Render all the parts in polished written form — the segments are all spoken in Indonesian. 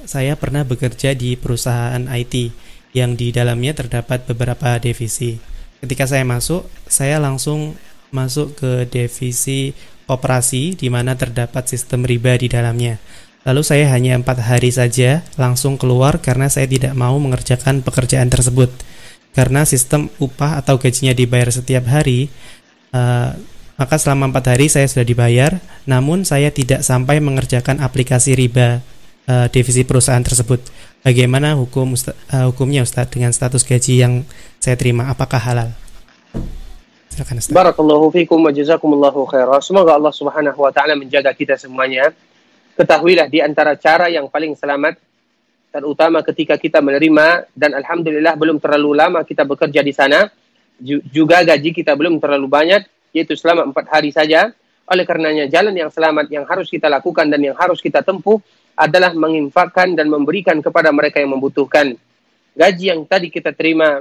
saya pernah bekerja di perusahaan IT yang di dalamnya terdapat beberapa divisi. Ketika saya masuk, saya langsung masuk ke divisi koperasi di mana terdapat sistem riba di dalamnya. Lalu saya hanya 4 hari saja langsung keluar karena saya tidak mau mengerjakan pekerjaan tersebut. Karena sistem upah atau gajinya dibayar setiap hari, maka selama 4 hari saya sudah dibayar, namun saya tidak sampai mengerjakan aplikasi riba divisi perusahaan tersebut. Bagaimana hukumnya Ustadz dengan status gaji yang saya terima? Apakah halal? Silakan Ustadz. Barakallahu fikum wa jazakumullahu khairan. Semoga Allah Subhanahu wa taala menjaga kita semuanya. Ketahuilah di antara cara yang paling selamat, terutama ketika kita menerima, dan alhamdulillah belum terlalu lama kita bekerja di sana, juga gaji kita belum terlalu banyak, yaitu selama 4 hari saja. Oleh karenanya jalan yang selamat yang harus kita lakukan dan yang harus kita tempuh adalah menginfakkan dan memberikan kepada mereka yang membutuhkan. Gaji yang tadi kita terima,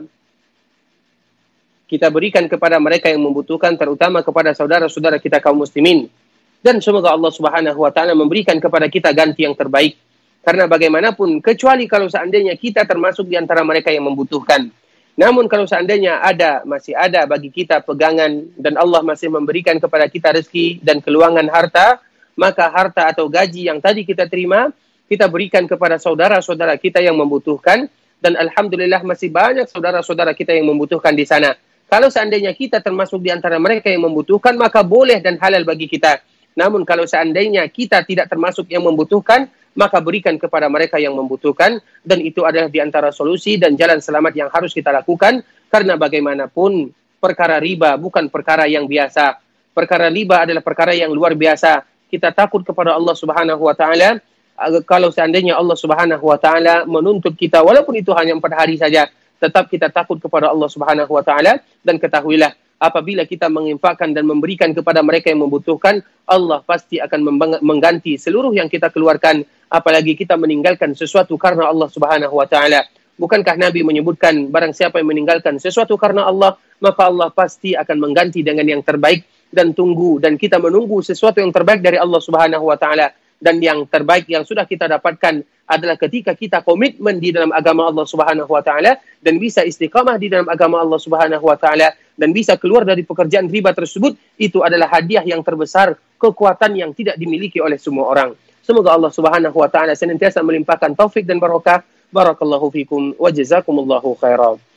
kita berikan kepada mereka yang membutuhkan, terutama kepada saudara-saudara kita kaum muslimin. Dan semoga Allah Subhanahu wa taala memberikan kepada kita ganti yang terbaik. Karena bagaimanapun, kecuali kalau seandainya kita termasuk di antara mereka yang membutuhkan. Namun kalau seandainya masih ada bagi kita pegangan dan Allah masih memberikan kepada kita rezeki dan keluangan harta, maka harta atau gaji yang tadi kita terima, kita berikan kepada saudara-saudara kita yang membutuhkan, dan alhamdulillah masih banyak saudara-saudara kita yang membutuhkan di sana. Kalau seandainya kita termasuk di antara mereka yang membutuhkan, maka boleh dan halal bagi kita. Namun kalau seandainya kita tidak termasuk yang membutuhkan, maka berikan kepada mereka yang membutuhkan, dan itu adalah di antara solusi dan jalan selamat yang harus kita lakukan. Karena bagaimanapun perkara riba bukan perkara yang biasa. Perkara riba adalah perkara yang luar biasa. Kita takut kepada Allah Subhanahu wa taala. Kalau seandainya Allah Subhanahu wa taala menuntut kita walaupun itu hanya 4 hari saja, tetap kita takut kepada Allah Subhanahu wa taala. Dan ketahuilah, apabila kita menginfakkan dan memberikan kepada mereka yang membutuhkan, Allah pasti akan mengganti seluruh yang kita keluarkan. Apalagi kita meninggalkan sesuatu karena Allah Subhanahu wa taala. Bukankah Nabi menyebutkan barang siapa yang meninggalkan sesuatu karena Allah, maka Allah pasti akan mengganti dengan yang terbaik. Dan kita menunggu sesuatu yang terbaik dari Allah Subhanahu wa taala. Dan yang terbaik yang sudah kita dapatkan adalah ketika kita komitmen di dalam agama Allah Subhanahu wa taala dan bisa istiqamah di dalam agama Allah Subhanahu wa taala dan bisa keluar dari pekerjaan riba tersebut. Itu adalah hadiah yang terbesar, kekuatan yang tidak dimiliki oleh semua orang. Semoga Allah Subhanahu wa taala senantiasa melimpahkan taufik dan barokah. Barakallahu fikum wa jazakumullahu khairan.